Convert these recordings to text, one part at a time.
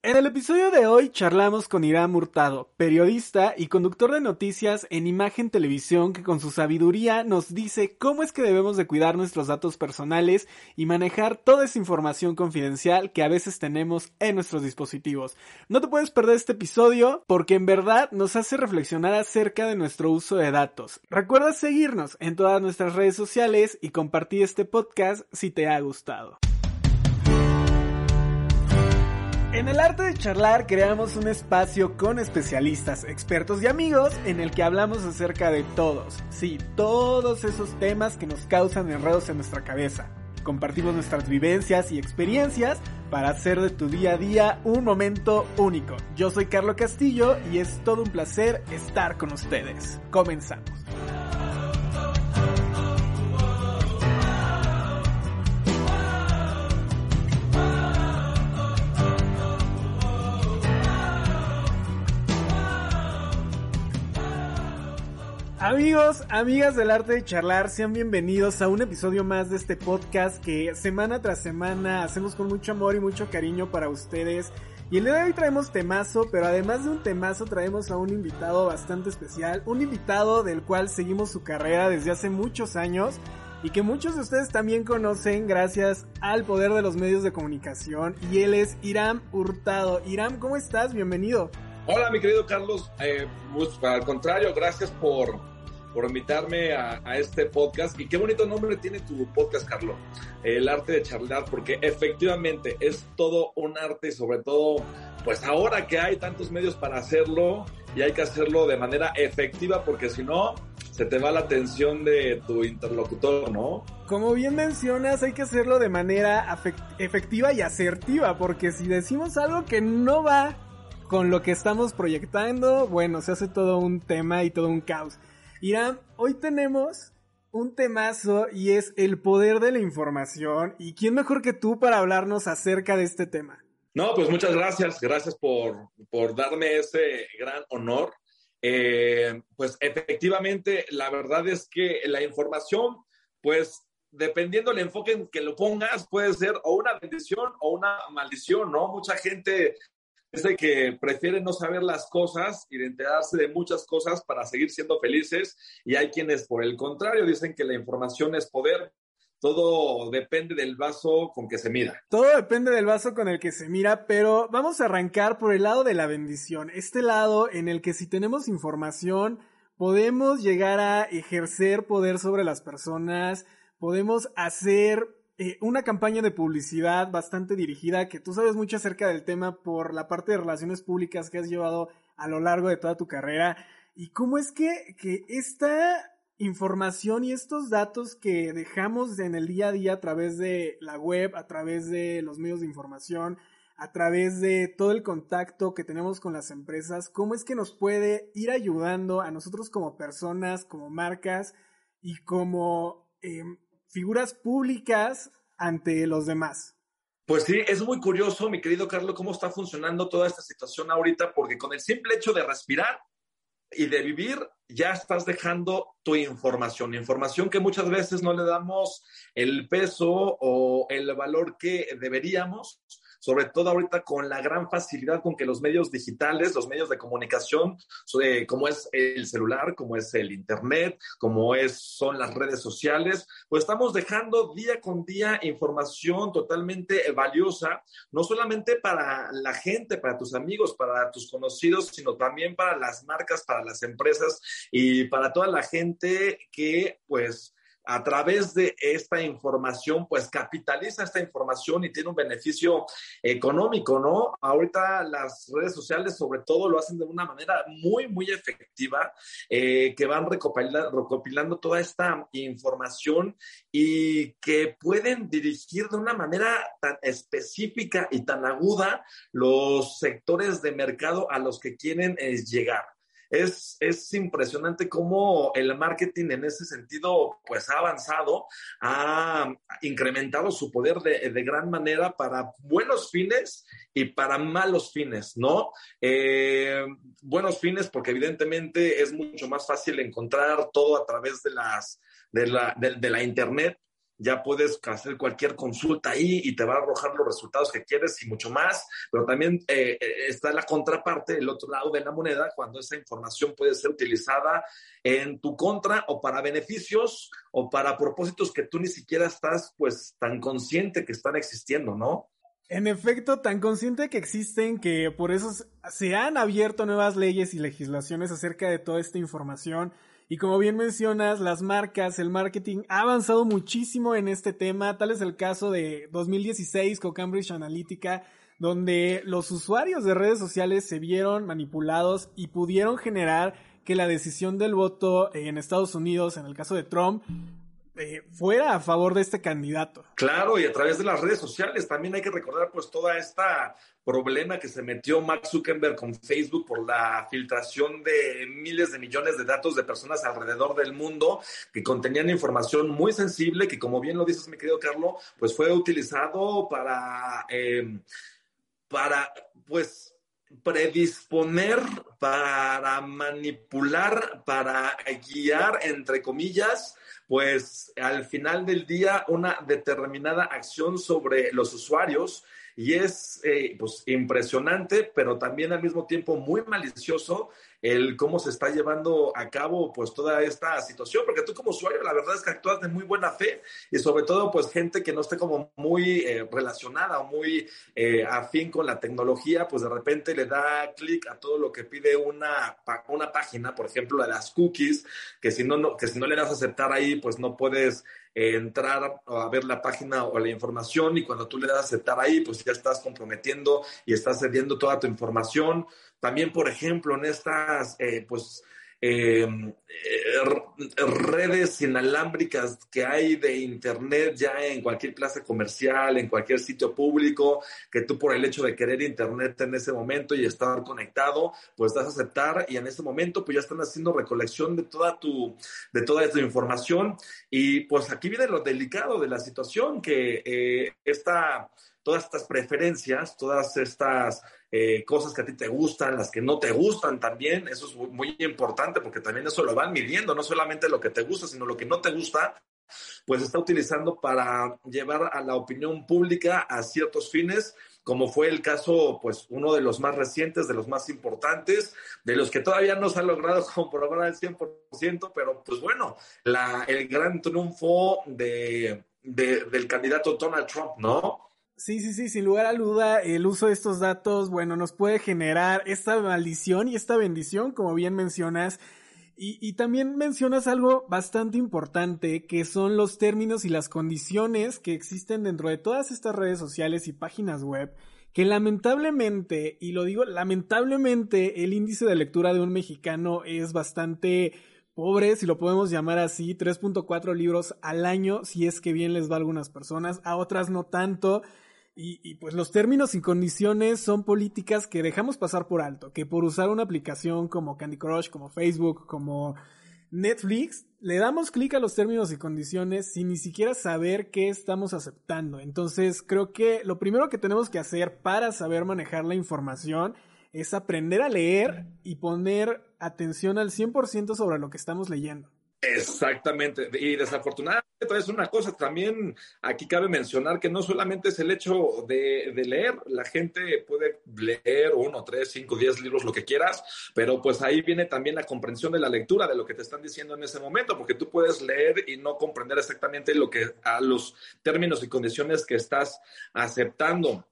En el episodio de hoy charlamos con Hiram Hurtado, periodista y conductor de noticias en Imagen Televisión, que con su sabiduría nos dice cómo es que debemos de cuidar nuestros datos personales y manejar toda esa información confidencial que a veces tenemos en nuestros dispositivos. No te puedes perder este episodio porque en verdad nos hace reflexionar acerca de nuestro uso de datos. Recuerda seguirnos en todas nuestras redes sociales y compartir este podcast si te ha gustado. En el arte de charlar creamos un espacio con especialistas, expertos y amigos en el que hablamos acerca de todos, sí, todos esos temas que nos causan enredos en nuestra cabeza. Compartimos nuestras vivencias y experiencias para hacer de tu día a día un momento único. Yo soy Carlo Castillo y es todo un placer estar con ustedes. Comenzamos. Amigos, amigas del arte de charlar, sean bienvenidos a un episodio más de este podcast que semana tras semana hacemos con mucho amor y mucho cariño para ustedes. Y el día de hoy traemos temazo, pero además de un temazo traemos a un invitado bastante especial, un invitado del cual seguimos su carrera desde hace muchos años y que muchos de ustedes también conocen gracias al poder de los medios de comunicación, y él es Hiram Hurtado. Hiram, ¿cómo estás? Bienvenido. Hola, mi querido Carlos, al contrario, gracias por invitarme a este podcast. Y qué bonito nombre tiene tu podcast, Carlos, El Arte de Charlar, porque efectivamente es todo un arte y sobre todo, pues ahora que hay tantos medios para hacerlo y hay que hacerlo de manera efectiva, porque si no, se te va la atención de tu interlocutor, ¿no? Como bien mencionas, hay que hacerlo de manera efectiva y asertiva, porque si decimos algo que no va con lo que estamos proyectando, bueno, se hace todo un tema y todo un caos. Hiram, hoy tenemos un temazo y es el poder de la información. ¿Y quién mejor que tú para hablarnos acerca de este tema? No, pues muchas gracias. Gracias por darme ese gran honor. Pues efectivamente, la verdad es que la información, pues dependiendo del enfoque en que lo pongas, puede ser o una bendición o una maldición, ¿no? Mucha gente es de que prefieren no saber las cosas y de enterarse de muchas cosas para seguir siendo felices, y hay quienes por el contrario dicen que la información es poder. Todo depende del vaso con que se mira. Todo depende del vaso con el que se mira, pero vamos a arrancar por el lado de la bendición, este lado en el que si tenemos información podemos llegar a ejercer poder sobre las personas, podemos hacer una campaña de publicidad bastante dirigida, que tú sabes mucho acerca del tema por la parte de relaciones públicas que has llevado a lo largo de toda tu carrera. ¿Y cómo es que esta información y estos datos que dejamos en el día a día a través de la web, a través de los medios de información, a través de todo el contacto que tenemos con las empresas, cómo es que nos puede ir ayudando a nosotros como personas, como marcas y como figuras públicas ante los demás? Pues sí, es muy curioso, mi querido Carlos, cómo está funcionando toda esta situación ahorita, porque con el simple hecho de respirar y de vivir, ya estás dejando tu información que muchas veces no le damos el peso o el valor que deberíamos, sobre todo ahorita con la gran facilidad con que los medios digitales, los medios de comunicación, como es el celular, como es el internet, son las redes sociales, pues estamos dejando día con día información totalmente valiosa, no solamente para la gente, para tus amigos, para tus conocidos, sino también para las marcas, para las empresas y para toda la gente que, pues, a través de esta información, pues capitaliza esta información y tiene un beneficio económico, ¿no? Ahorita las redes sociales sobre todo lo hacen de una manera muy, muy efectiva, que van recopilando toda esta información y que pueden dirigir de una manera tan específica y tan aguda los sectores de mercado a los que quieren llegar. Es impresionante cómo el marketing en ese sentido pues ha avanzado, ha incrementado su poder de gran manera para buenos fines y para malos fines, ¿no? Buenos fines porque evidentemente es mucho más fácil encontrar todo a través de la internet, ya puedes hacer cualquier consulta ahí y te va a arrojar los resultados que quieres y mucho más, pero también está la contraparte, el otro lado de la moneda, cuando esa información puede ser utilizada en tu contra o para beneficios o para propósitos que tú ni siquiera estás pues tan consciente que están existiendo, ¿no? En efecto, tan consciente que existen que por eso se han abierto nuevas leyes y legislaciones acerca de toda esta información. Y como bien mencionas, las marcas, el marketing ha avanzado muchísimo en este tema. Tal es el caso de 2016 con Cambridge Analytica, donde los usuarios de redes sociales se vieron manipulados y pudieron generar que la decisión del voto en Estados Unidos, en el caso de Trump, fuera a favor de este candidato. Claro, y a través de las redes sociales también hay que recordar pues toda esta problema que se metió Mark Zuckerberg con Facebook por la filtración de miles de millones de datos de personas alrededor del mundo que contenían información muy sensible que, como bien lo dices, mi querido Carlos, pues fue utilizado para pues predisponer, para manipular, para guiar, entre comillas, pues al final del día una determinada acción sobre los usuarios. Y es pues impresionante, pero también al mismo tiempo muy malicioso el cómo se está llevando a cabo pues toda esta situación, porque tú como usuario la verdad es que actúas de muy buena fe y sobre todo pues gente que no esté como muy relacionada o muy afín con la tecnología, pues de repente le da clic a todo lo que pide una página, por ejemplo la de las cookies, que si no le das a aceptar ahí pues no puedes entrar a ver la página o la información, y cuando tú le das a aceptar ahí, pues ya estás comprometiendo y estás cediendo toda tu información. También, por ejemplo, en estas redes inalámbricas que hay de internet ya en cualquier plaza comercial, en cualquier sitio público, que tú por el hecho de querer internet en ese momento y estar conectado, pues das a aceptar, y en ese momento pues ya están haciendo recolección de toda esta información. Y pues aquí viene lo delicado de la situación, que todas estas preferencias, todas estas cosas que a ti te gustan, las que no te gustan también, eso es muy, muy importante, porque también eso lo van midiendo, no solamente lo que te gusta, sino lo que no te gusta, pues está utilizando para llevar a la opinión pública a ciertos fines, como fue el caso, pues uno de los más recientes, de los más importantes, de los que todavía no se ha logrado comprobar al 100%, pero pues bueno, el gran triunfo del candidato Donald Trump, ¿no? Sí, sin lugar a duda, el uso de estos datos, bueno, nos puede generar esta maldición y esta bendición, como bien mencionas. Y también mencionas algo bastante importante, que son los términos y las condiciones que existen dentro de todas estas redes sociales y páginas web, que lamentablemente, y lo digo lamentablemente, el índice de lectura de un mexicano es bastante pobre, si lo podemos llamar así, 3.4 libros al año, si es que bien les va a algunas personas, a otras no tanto. Y pues los términos y condiciones son políticas que dejamos pasar por alto, que por usar una aplicación como Candy Crush, como Facebook, como Netflix, le damos clic a los términos y condiciones sin ni siquiera saber qué estamos aceptando. Entonces creo que lo primero que tenemos que hacer para saber manejar la información es aprender a leer y poner atención al 100% sobre lo que estamos leyendo. Exactamente, y desafortunadamente es una cosa, también aquí cabe mencionar que no solamente es el hecho de leer, la gente puede leer 1, 3, 5, 10 libros, lo que quieras, pero pues ahí viene también la comprensión de la lectura, de lo que te están diciendo en ese momento, porque tú puedes leer y no comprender exactamente a los términos y condiciones que estás aceptando.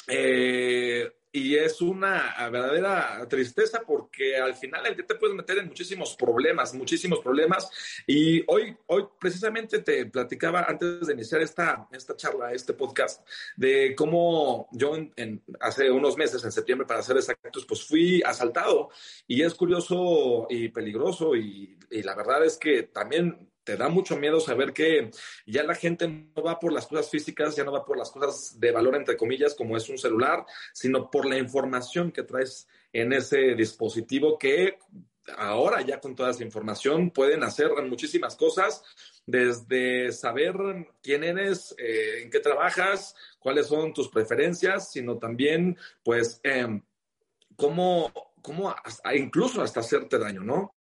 Y es una verdadera tristeza, porque al final te puedes meter en muchísimos problemas. Y hoy precisamente te platicaba antes de iniciar esta charla, este podcast, de cómo yo hace unos meses, en septiembre para ser exactos, pues fui asaltado, y es curioso y peligroso, y la verdad es que también te da mucho miedo saber que ya la gente no va por las cosas físicas, ya no va por las cosas de valor, entre comillas, como es un celular, sino por la información que traes en ese dispositivo, que ahora ya con toda esa información pueden hacer muchísimas cosas, desde saber quién eres, en qué trabajas, cuáles son tus preferencias, sino también, pues, cómo incluso hasta hacerte daño, ¿no?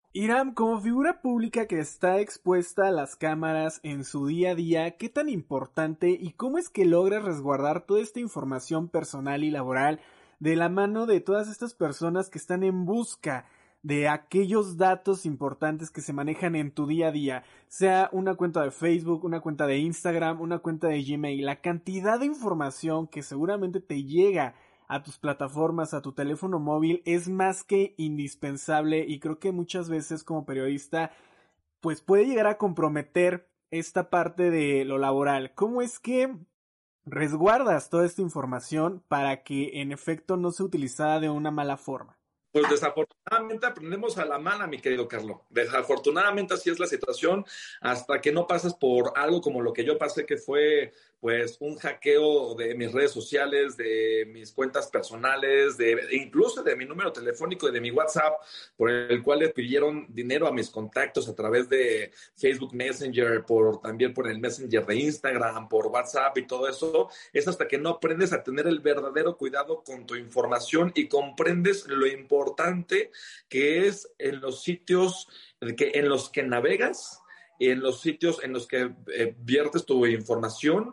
Iram, como figura pública que está expuesta a las cámaras en su día a día, ¿qué tan importante y cómo es que logras resguardar toda esta información personal y laboral de la mano de todas estas personas que están en busca de aquellos datos importantes que se manejan en tu día a día? Sea una cuenta de Facebook, una cuenta de Instagram, una cuenta de Gmail, la cantidad de información que seguramente te llega a tus plataformas, a tu teléfono móvil, es más que indispensable, y creo que muchas veces como periodista pues puede llegar a comprometer esta parte de lo laboral. ¿Cómo es que resguardas toda esta información para que en efecto no sea utilizada de una mala forma? Pues desafortunadamente aprendemos a la mala, mi querido Carlos. Desafortunadamente así es la situación, hasta que no pasas por algo como lo que yo pasé, que fue pues un hackeo de mis redes sociales, de mis cuentas personales, incluso de mi número telefónico y de mi WhatsApp, por el cual le pidieron dinero a mis contactos a través de Facebook Messenger, también por el Messenger de Instagram, por WhatsApp y todo eso. Es hasta que no aprendes a tener el verdadero cuidado con tu información y comprendes lo importante que es en los sitios en los que navegas, y en los sitios en los que viertes tu información,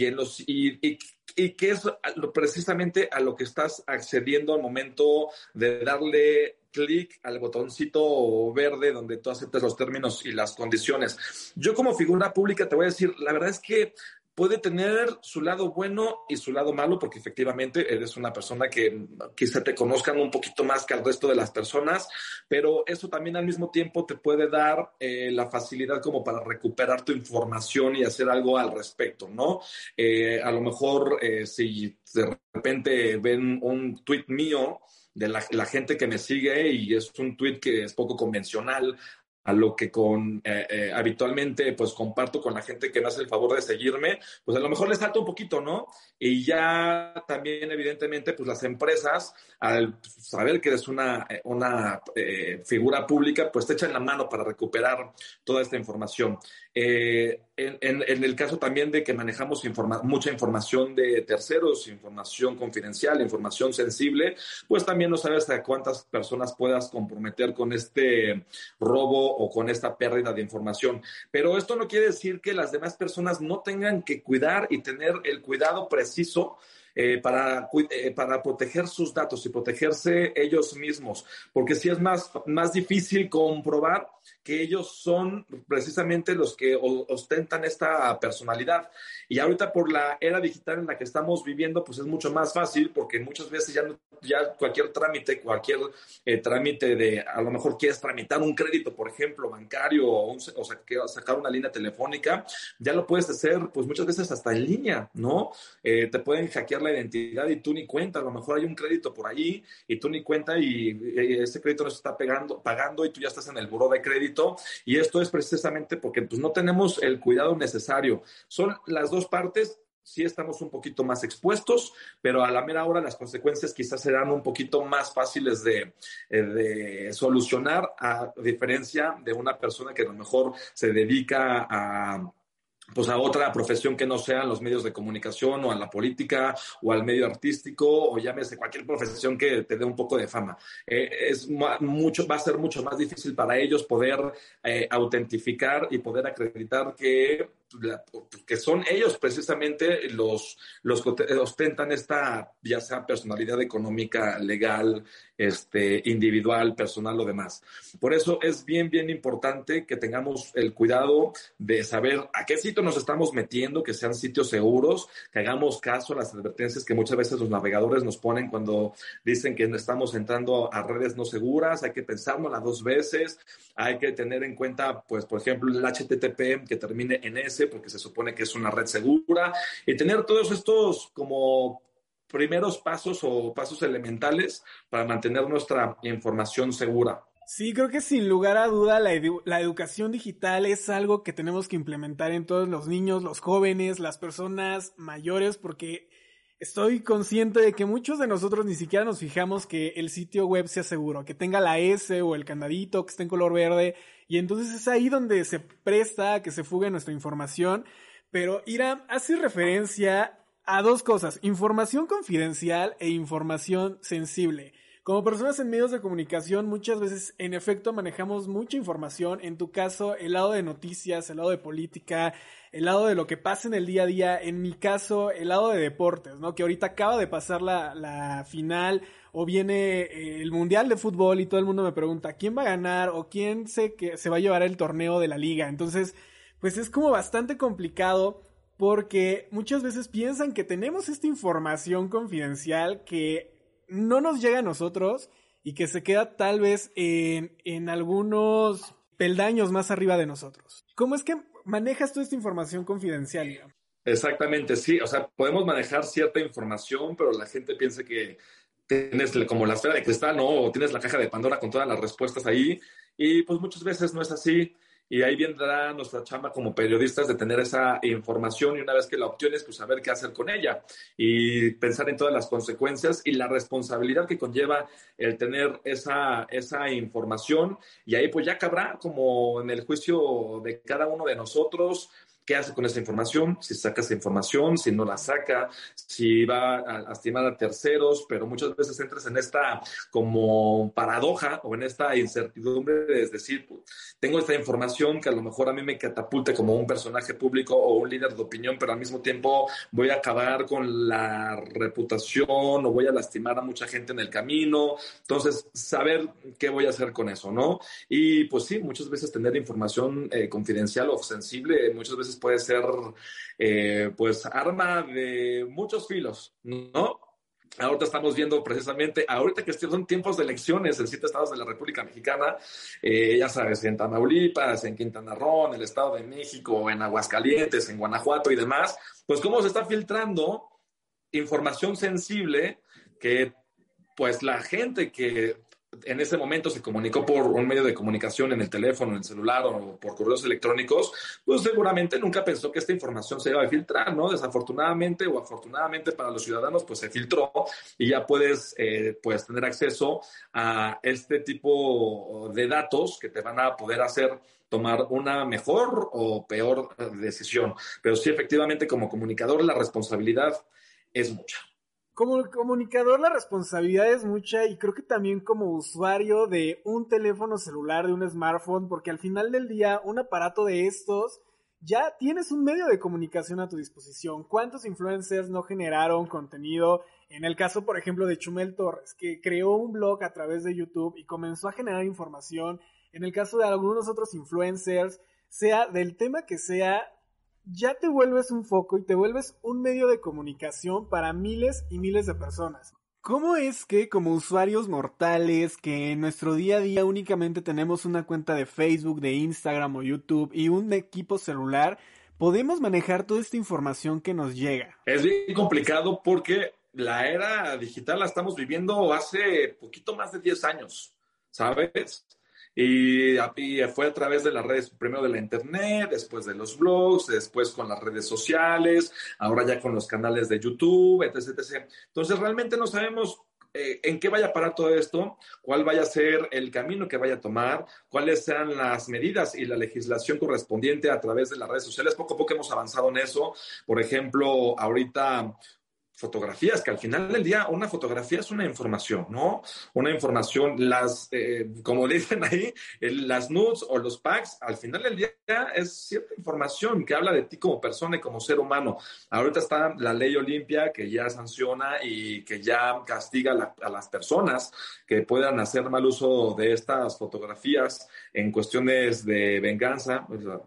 y que es precisamente a lo que estás accediendo al momento de darle clic al botoncito verde donde tú aceptas los términos y las condiciones. Yo como figura pública te voy a decir, la verdad es que puede tener su lado bueno y su lado malo, porque efectivamente eres una persona que quizá te conozcan un poquito más que al resto de las personas, pero eso también al mismo tiempo te puede dar la facilidad como para recuperar tu información y hacer algo al respecto, ¿no? A lo mejor si de repente ven un tweet mío de la gente que me sigue y es un tweet que es poco convencional a lo que habitualmente pues comparto con la gente que me hace el favor de seguirme, pues a lo mejor les salta un poquito, ¿no? Y ya también evidentemente pues las empresas, al saber que eres una figura pública, pues te echan la mano para recuperar toda esta información. En el caso también de que manejamos mucha información de terceros, información confidencial, información sensible, pues también no sabes a cuántas personas puedas comprometer con este robo o con esta pérdida de información. Pero esto no quiere decir que las demás personas no tengan que cuidar y tener el cuidado preciso para proteger sus datos y protegerse ellos mismos, porque sí es más difícil comprobar que ellos son precisamente los que ostentan esta personalidad. Y ahorita por la era digital en la que estamos viviendo, pues es mucho más fácil, porque muchas veces ya cualquier trámite de, a lo mejor quieres tramitar un crédito, por ejemplo, bancario, o sacar una línea telefónica, ya lo puedes hacer pues muchas veces hasta en línea, ¿no? Te pueden hackear la identidad y tú ni cuenta, a lo mejor hay un crédito por ahí y tú ni cuenta, y ese crédito no se está pagando y tú ya estás en el buró de crédito, y esto es precisamente porque pues no tenemos el cuidado necesario. Son las dos partes. Sí estamos un poquito más expuestos, pero a la mera hora las consecuencias quizás serán un poquito más fáciles de solucionar, a diferencia de una persona que a lo mejor se dedica a otra profesión que no sean los medios de comunicación, o a la política, o al medio artístico, o llámese cualquier profesión que te dé un poco de fama. Va a ser mucho más difícil para ellos poder autentificar y poder acreditar que son ellos precisamente los que ostentan esta, ya sea personalidad económica, legal, individual, personal o demás. Por eso es bien, bien importante que tengamos el cuidado de saber a qué sitio nos estamos metiendo, que sean sitios seguros, que hagamos caso a las advertencias que muchas veces los navegadores nos ponen cuando dicen que estamos entrando a redes no seguras. Hay que pensárnosla dos veces, hay que tener en cuenta, pues, por ejemplo, el HTTP que termine en S, porque se supone que es una red segura, y tener todos estos como primeros pasos o pasos elementales para mantener nuestra información segura. Sí, creo que sin lugar a duda la educación digital es algo que tenemos que implementar en todos los niños, los jóvenes, las personas mayores, porque estoy consciente de que muchos de nosotros ni siquiera nos fijamos que el sitio web sea seguro, que tenga la S o el candadito, que esté en color verde, y entonces es ahí donde se presta a que se fugue nuestra información. Pero Ira hace referencia a dos cosas: información confidencial e información sensible. como personas en medios de comunicación muchas veces en efecto manejamos mucha información, en tu caso el lado de noticias, el lado de política, el lado de lo que pasa en el día a día, en mi caso el lado de deportes, ¿no? Que ahorita acaba de pasar la final o viene el mundial de fútbol y todo el mundo me pregunta quién va a ganar o quién se va a llevar el torneo de la liga. Entonces, pues es como bastante complicado porque muchas veces piensan que tenemos esta información confidencial que no nos llega a nosotros y que se queda tal vez en algunos peldaños más arriba de nosotros. ¿Cómo es que manejas toda esta información confidencial, digamos? Exactamente, sí. O sea, podemos manejar cierta información, pero la gente piensa que tienes como la esfera de cristal, ¿no? O tienes la caja de Pandora con todas las respuestas ahí. Y pues muchas veces no es así. Y ahí vendrá nuestra chamba como periodistas de tener esa información y una vez que la obtienes, pues saber qué hacer con ella y pensar en todas las consecuencias y la responsabilidad que conlleva el tener esa información. Y ahí pues ya cabrá como en el juicio de cada uno de nosotros. ¿Qué hace con esa información? Si saca esa información, si no la saca, si va a lastimar a terceros, pero muchas veces entras en esta como paradoja o en esta incertidumbre de decir, pues, tengo esta información que a lo mejor a mí me catapulte como un personaje público o un líder de opinión, pero al mismo tiempo voy a acabar con la reputación o voy a lastimar a mucha gente en el camino. Entonces, saber qué voy a hacer con eso, ¿no? Y pues sí, muchas veces tener información confidencial o sensible, muchas veces puede ser pues arma de muchos filos, ¿no? Ahorita estamos viendo precisamente, ahorita que son tiempos de elecciones en 7 estados de la República Mexicana, ya sabes, en Tamaulipas, en Quintana Roo, en el Estado de México, en Aguascalientes, en Guanajuato y demás, pues cómo se está filtrando información sensible que pues la gente que en ese momento se comunicó por un medio de comunicación en el teléfono, en el celular o por correos electrónicos, pues seguramente nunca pensó que esta información se iba a filtrar, ¿no? Desafortunadamente o afortunadamente para los ciudadanos, pues se filtró y ya puedes pues tener acceso a este tipo de datos que te van a poder hacer tomar una mejor o peor decisión. Pero sí, efectivamente, como comunicador, la responsabilidad es mucha. Como comunicador la responsabilidad es mucha y creo que también como usuario de un teléfono celular, de un smartphone, porque al final del día un aparato de estos ya tienes un medio de comunicación a tu disposición. ¿Cuántos influencers no generaron contenido? En el caso, por ejemplo, de Chumel Torres, que creó un blog a través de YouTube y comenzó a generar información. En el caso de algunos otros influencers, sea del tema que sea, ya te vuelves un foco y te vuelves un medio de comunicación para miles y miles de personas. ¿Cómo es que como usuarios mortales que en nuestro día a día únicamente tenemos una cuenta de Facebook, de Instagram o YouTube y un equipo celular, podemos manejar toda esta información que nos llega? Es bien complicado porque la era digital la estamos viviendo hace poquito más de 10 años, ¿sabes? Y fue a través de las redes, primero de la internet, después de los blogs, después con las redes sociales, ahora ya con los canales de YouTube, etc, etc. Entonces realmente no sabemos en qué vaya a parar todo esto, cuál vaya a ser el camino que vaya a tomar, cuáles sean las medidas y la legislación correspondiente a través de las redes sociales. Poco a poco hemos avanzado en eso. Por ejemplo, ahorita fotografías, que al final del día una fotografía es una información, ¿no? Una información, como dicen ahí, las nudes o los packs, al final del día es cierta información que habla de ti como persona y como ser humano. Ahorita está la ley Olimpia que ya sanciona y que ya castiga a las personas que puedan hacer mal uso de estas fotografías en cuestiones de venganza.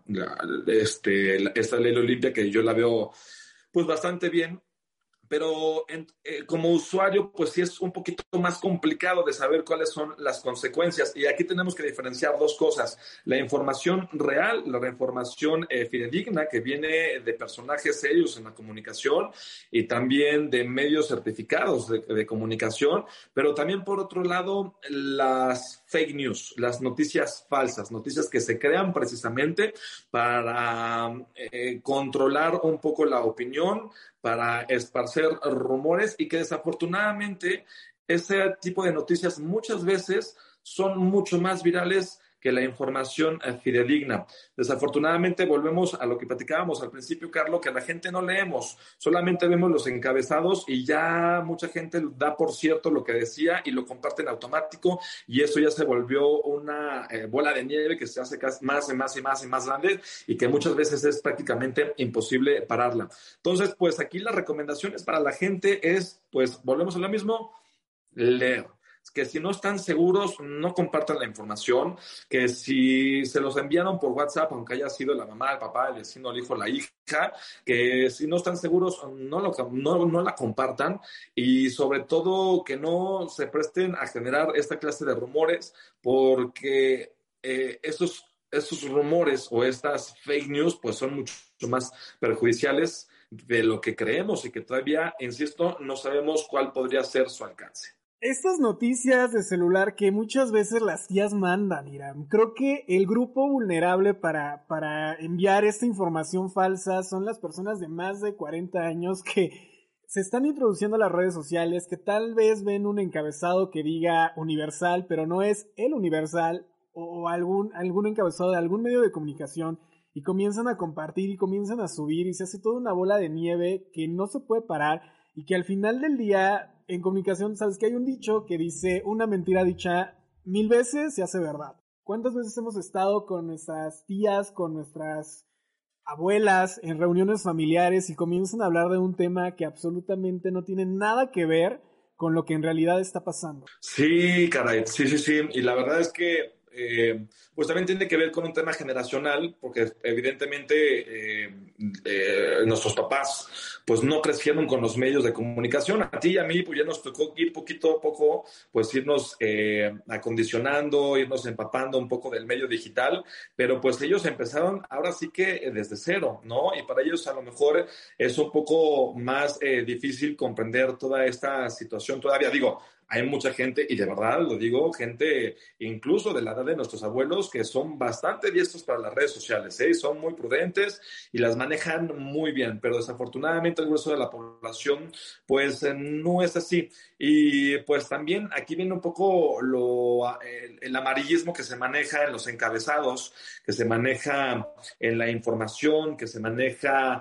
Esta ley Olimpia que yo la veo pues bastante bien. Pero como usuario, pues sí es un poquito más complicado de saber cuáles son las consecuencias. Y aquí tenemos que diferenciar dos cosas. La información real, la información fidedigna que viene de personajes serios en la comunicación y también de medios certificados de comunicación. Pero también, por otro lado, las fake news, las noticias falsas, noticias que se crean precisamente para controlar un poco la opinión, para esparcer rumores y que desafortunadamente ese tipo de noticias muchas veces son mucho más virales que la información fidedigna. Desafortunadamente volvemos a lo que platicábamos al principio, Carlos, que la gente no leemos, solamente vemos los encabezados y ya mucha gente da por cierto lo que decía y lo comparte en automático, y eso ya se volvió una bola de nieve que se hace más y más y más y más grande, y que muchas veces es prácticamente imposible pararla. Entonces, pues aquí las recomendaciones para la gente es, pues volvemos a lo mismo, leer. Que si no están seguros, no compartan la información, que si se los enviaron por WhatsApp, aunque haya sido la mamá, el papá, el vecino, el hijo, la hija, que si no están seguros, no la compartan, y sobre todo que no se presten a generar esta clase de rumores, porque esos rumores o estas fake news pues son mucho más perjudiciales de lo que creemos, y que todavía, insisto, no sabemos cuál podría ser su alcance. Estas noticias de celular que muchas veces las tías mandan, Iram, creo que el grupo vulnerable para enviar esta información falsa son las personas de más de 40 años que se están introduciendo a las redes sociales, que tal vez ven un encabezado que diga Universal, pero no es el Universal, o algún encabezado de algún medio de comunicación, y comienzan a compartir y comienzan a subir, y se hace toda una bola de nieve que no se puede parar, y que al final del día, en comunicación, sabes que hay un dicho que dice, una mentira dicha 1000 veces se hace verdad. ¿Cuántas veces hemos estado con nuestras tías, con nuestras abuelas, en reuniones familiares, y comienzan a hablar de un tema que absolutamente no tiene nada que ver con lo que en realidad está pasando? Sí, caray, sí. Y la verdad es que pues también tiene que ver con un tema generacional, porque evidentemente nuestros papás pues no crecieron con los medios de comunicación. A ti y a mí pues ya nos tocó ir poquito a poco, pues irnos acondicionando, irnos empapando un poco del medio digital, pero pues ellos empezaron ahora sí que desde cero, ¿no? Y para ellos a lo mejor es un poco más difícil comprender toda esta situación todavía. Digo, hay mucha gente, y de verdad lo digo, gente incluso de la edad de nuestros abuelos, que son bastante diestros para las redes sociales, ¿eh? Son muy prudentes y las manejan muy bien, pero desafortunadamente el grueso de la población pues no es así. Y pues también aquí viene un poco el amarillismo que se maneja en los encabezados, que se maneja en la información, que se maneja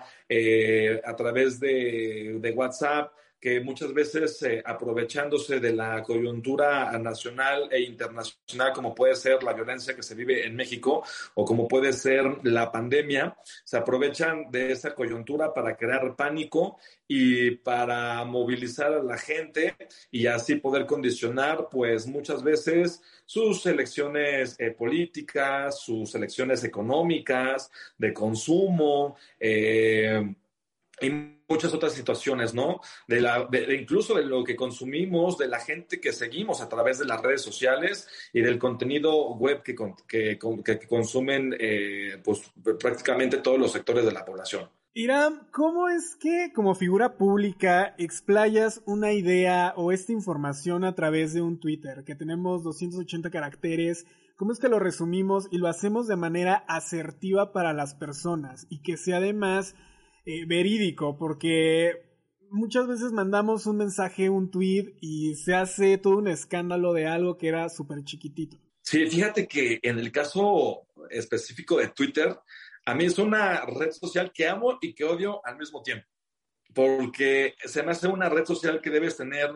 a través de WhatsApp, que muchas veces aprovechándose de la coyuntura nacional e internacional, como puede ser la violencia que se vive en México o como puede ser la pandemia, se aprovechan de esa coyuntura para crear pánico y para movilizar a la gente, y así poder condicionar pues muchas veces sus elecciones políticas, sus elecciones económicas, de consumo, y muchas otras situaciones, ¿no? Incluso de lo que consumimos, de la gente que seguimos a través de las redes sociales y del contenido web que consumen pues prácticamente todos los sectores de la población. Iram, ¿cómo es que como figura pública explayas una idea o esta información a través de un Twitter, que tenemos 280 caracteres? ¿Cómo es que lo resumimos y lo hacemos de manera asertiva para las personas y que sea además verídico? Porque muchas veces mandamos un mensaje, un tweet, y se hace todo un escándalo de algo que era súper chiquitito. Sí, fíjate que en el caso específico de Twitter, a mí es una red social que amo y que odio al mismo tiempo, porque se me hace una red social que debes tener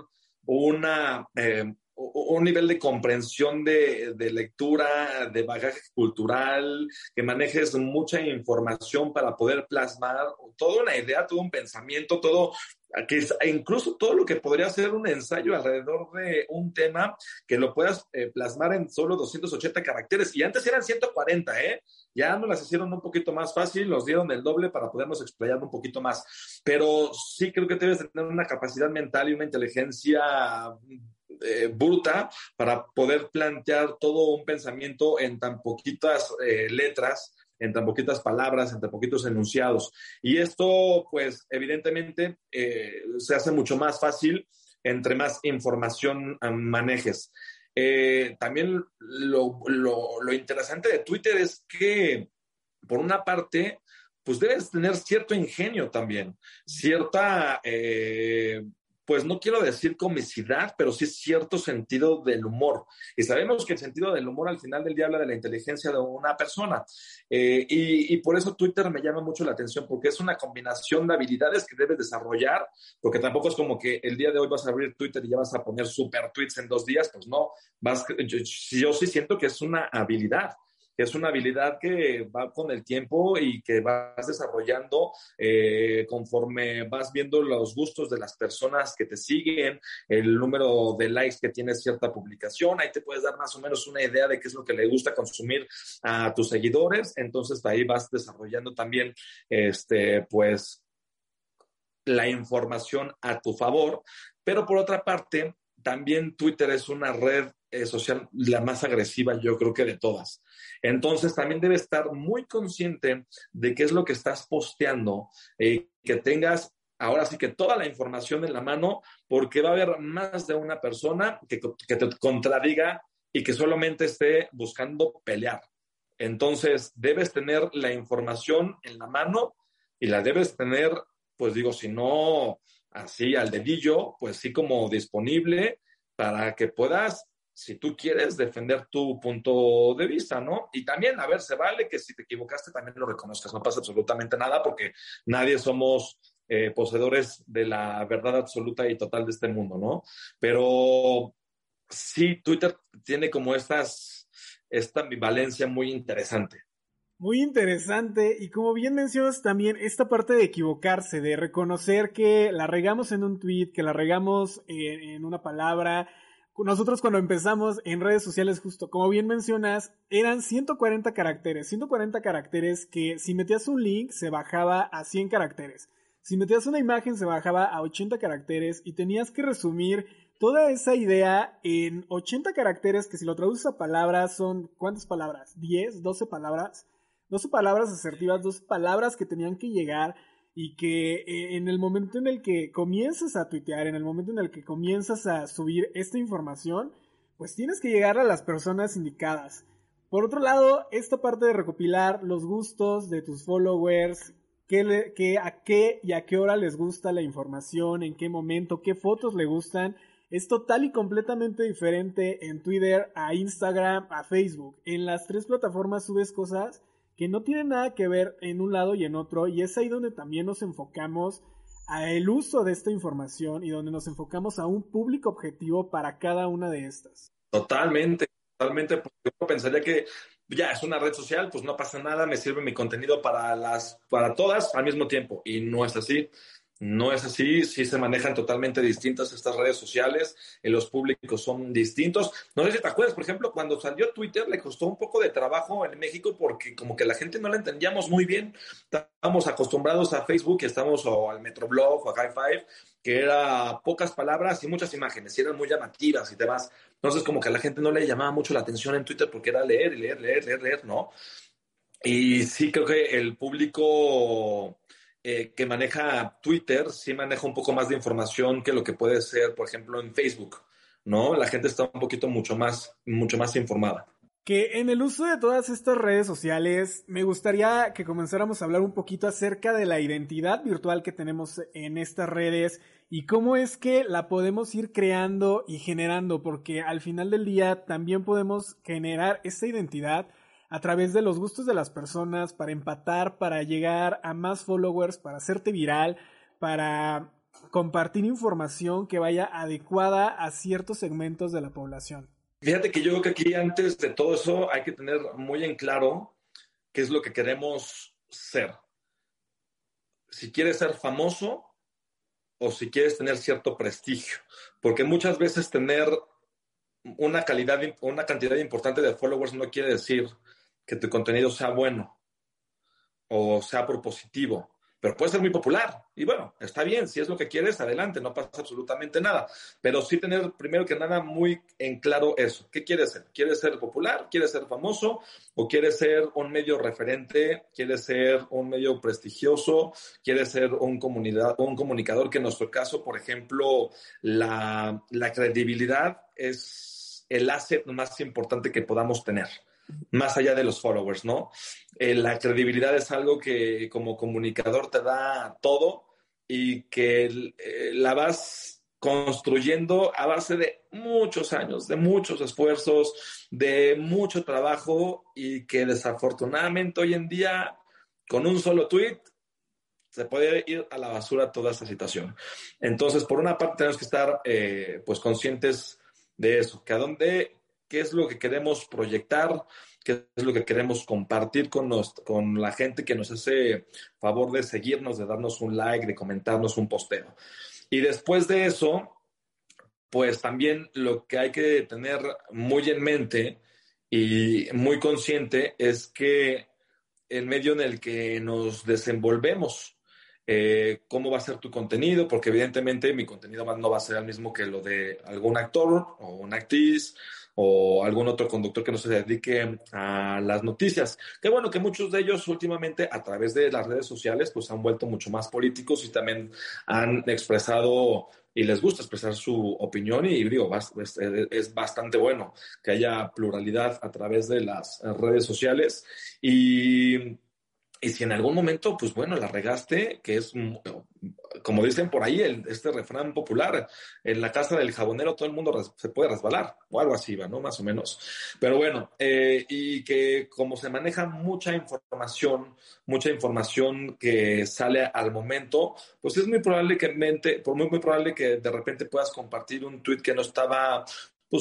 un nivel de comprensión de lectura, de bagaje cultural, que manejes mucha información para poder plasmar toda una idea, todo un pensamiento, incluso todo lo que podría ser un ensayo alrededor de un tema, que lo puedas plasmar en solo 280 caracteres. Y antes eran 140, ¿eh? Ya nos las hicieron un poquito más fácil, nos dieron el doble para podernos explayar un poquito más. Pero sí creo que debes tener una capacidad mental y una inteligencia bruta para poder plantear todo un pensamiento en tan poquitas letras, en tan poquitas palabras, en tan poquitos enunciados. Y esto, pues, evidentemente, se hace mucho más fácil entre más información manejes. También lo interesante de Twitter es que, por una parte, pues debes tener cierto ingenio también, cierta pues no quiero decir comicidad, pero sí cierto sentido del humor. Y sabemos que el sentido del humor al final del día habla de la inteligencia de una persona. Y por eso Twitter me llama mucho la atención, porque es una combinación de habilidades que debes desarrollar, porque tampoco es como que el día de hoy vas a abrir Twitter y ya vas a poner super tweets en 2 días, pues no. Yo sí siento que es una habilidad. Es una habilidad que va con el tiempo y que vas desarrollando conforme vas viendo los gustos de las personas que te siguen, el número de likes que tiene cierta publicación. Ahí te puedes dar más o menos una idea de qué es lo que le gusta consumir a tus seguidores. Entonces, ahí vas desarrollando también, pues, la información a tu favor. Pero por otra parte, también Twitter es una red social la más agresiva, yo creo que de todas. Entonces, también debes estar muy consciente de qué es lo que estás posteando, que tengas ahora sí que toda la información en la mano, porque va a haber más de una persona que te contradiga y que solamente esté buscando pelear. Entonces, debes tener la información en la mano y la debes tener, pues digo, si no así al dedillo, pues sí como disponible para que puedas, si tú quieres, defender tu punto de vista, ¿no? Y también, a ver, se vale que si te equivocaste también lo reconozcas, no pasa absolutamente nada porque nadie somos poseedores de la verdad absoluta y total de este mundo, ¿no? Pero sí, Twitter tiene como esta ambivalencia muy interesante. Muy interesante, y como bien mencionas también esta parte de equivocarse, de reconocer que la regamos en un tweet, que la regamos en una palabra. Nosotros cuando empezamos en redes sociales, justo como bien mencionas, eran 140 caracteres que si metías un link se bajaba a 100 caracteres. Si metías una imagen se bajaba a 80 caracteres y tenías que resumir toda esa idea en 80 caracteres que si lo traduces a palabras son, ¿cuántas palabras? ¿10? ¿12 palabras? 12 palabras asertivas, 12 palabras que tenían que llegar y que en el momento en el que comienzas a tuitear, en el momento en el que comienzas a subir esta información, pues tienes que llegar a las personas indicadas. Por otro lado, esta parte de recopilar los gustos de tus followers, a qué y a qué hora les gusta la información, en qué momento, qué fotos le gustan, es total y completamente diferente en Twitter, a Instagram, a Facebook. En las tres plataformas subes cosas que no tienen nada que ver en un lado y en otro, y es ahí donde también nos enfocamos a el uso de esta información y donde nos enfocamos a un público objetivo para cada una de estas. Totalmente, totalmente, porque yo pensaría que ya es una red social, pues no pasa nada, me sirve mi contenido para todas al mismo tiempo, y no es así. No es así, sí se manejan totalmente distintas estas redes sociales, los públicos son distintos. No sé si te acuerdas, por ejemplo, cuando salió Twitter le costó un poco de trabajo en México porque como que la gente no la entendíamos muy bien. Estábamos acostumbrados a Facebook, o al Metroblog o a Hi5, que era pocas palabras y muchas imágenes, y eran muy llamativas y demás. Entonces como que a la gente no le llamaba mucho la atención en Twitter porque era leer y leer, leer, leer, leer, ¿no? Y sí creo que el público que maneja Twitter sí maneja un poco más de información que lo que puede ser, por ejemplo, en Facebook, ¿no? La gente está un poquito mucho más informada. Que en el uso de todas estas redes sociales me gustaría que comenzáramos a hablar un poquito acerca de la identidad virtual que tenemos en estas redes y cómo es que la podemos ir creando y generando, porque al final del día también podemos generar esa identidad a través de los gustos de las personas, para empatar, para llegar a más followers, para hacerte viral, para compartir información que vaya adecuada a ciertos segmentos de la población. Fíjate que yo creo que aquí antes de todo eso hay que tener muy en claro qué es lo que queremos ser. Si quieres ser famoso o si quieres tener cierto prestigio, porque muchas veces tener una cantidad importante de followers no quiere decir que tu contenido sea bueno o sea propositivo, pero puede ser muy popular. Y bueno, está bien, si es lo que quieres, adelante, no pasa absolutamente nada. Pero sí tener primero que nada muy en claro eso. ¿Qué quieres ser? ¿Quieres ser popular? ¿Quieres ser famoso? ¿O quieres ser un medio referente? ¿Quieres ser un medio prestigioso? ¿Quieres ser un comunicador? Que en nuestro caso, por ejemplo, la credibilidad es el asset más importante que podamos tener, más allá de los followers, ¿no? La credibilidad es algo que como comunicador te da todo y que la vas construyendo a base de muchos años, de muchos esfuerzos, de mucho trabajo y que desafortunadamente hoy en día con un solo tweet se puede ir a la basura toda esta situación. Entonces, por una parte tenemos que estar pues conscientes de eso, qué es lo que queremos proyectar, qué es lo que queremos compartir con la gente que nos hace favor de seguirnos, de darnos un like, de comentarnos un posteo. Y después de eso, pues también lo que hay que tener muy en mente y muy consciente es que el medio en el que nos desenvolvemos, cómo va a ser tu contenido, porque evidentemente mi contenido no va a ser el mismo que lo de algún actor o una actriz o algún otro conductor que no se dedique a las noticias. Qué bueno que muchos de ellos últimamente a través de las redes sociales pues han vuelto mucho más políticos y también han expresado y les gusta expresar su opinión y digo, es bastante bueno que haya pluralidad a través de las redes sociales y si en algún momento, pues bueno, la regaste, que es, como dicen por ahí, este refrán popular, en la casa del jabonero todo el mundo se puede resbalar, o algo así va, ¿no? Más o menos. Pero bueno, y que como se maneja mucha información que sale al momento, pues es muy probable muy probable que de repente puedas compartir un tweet que no estaba pues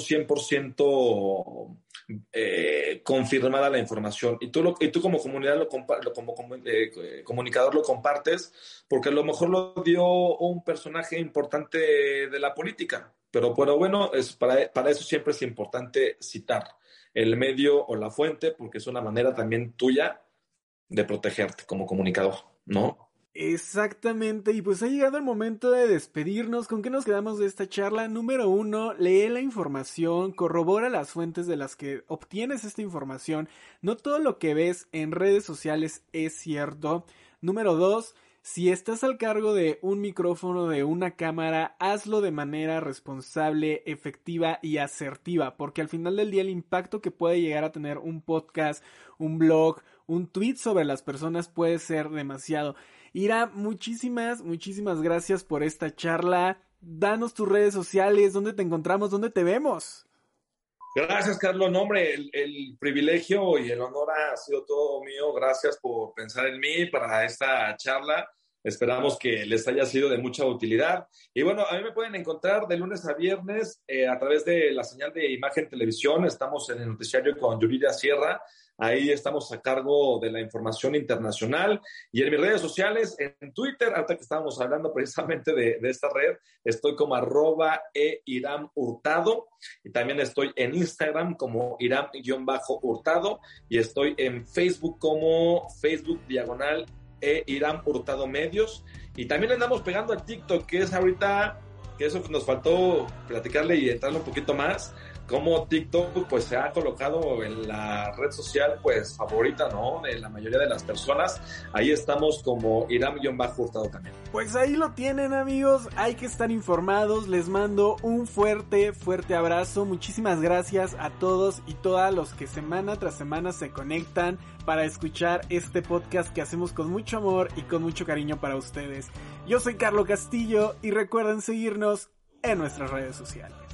100% confirmada la información y tú como comunidad comunicador lo compartes porque a lo mejor lo dio un personaje importante de la política, pero bueno, para eso siempre es importante citar el medio o la fuente porque es una manera también tuya de protegerte como comunicador, ¿no? Exactamente, y pues ha llegado el momento de despedirnos. ¿Con qué nos quedamos de esta charla? Número 1, lee la información, corrobora las fuentes de las que obtienes esta información. No todo lo que ves en redes sociales es cierto. Número 2, si estás al cargo de un micrófono, de una cámara, hazlo de manera responsable, efectiva y asertiva, porque al final del día el impacto que puede llegar a tener un podcast, un blog, un tweet sobre las personas puede ser demasiado. Ira, muchísimas gracias por esta charla. Danos tus redes sociales, dónde te encontramos, dónde te vemos. Gracias, Carlos. No, hombre, el privilegio y el honor ha sido todo mío. Gracias por pensar en mí para esta charla. Esperamos que les haya sido de mucha utilidad. Y bueno, a mí me pueden encontrar de lunes a viernes a través de la señal de Imagen Televisión. Estamos en el noticiario con Yuridia Sierra. Ahí estamos a cargo de la información internacional y en mis redes sociales, en Twitter, ahorita que estábamos hablando precisamente de esta red, estoy como @iramhurtado y también estoy en Instagram como iram_hurtado y estoy en Facebook como Facebook/Iram Hurtado Medios y también le andamos pegando al TikTok, que es ahorita, que eso nos faltó platicarle y entrarle un poquito más, como TikTok pues se ha colocado en la red social pues favorita, ¿no? De la mayoría de las personas. Ahí estamos como Iram_Hurtado también. Pues ahí lo tienen, amigos, hay que estar informados. Les mando un fuerte abrazo. Muchísimas gracias a todos y todas los que semana tras semana se conectan para escuchar este podcast que hacemos con mucho amor y con mucho cariño para ustedes. Yo soy Carlos Castillo y recuerden seguirnos en nuestras redes sociales.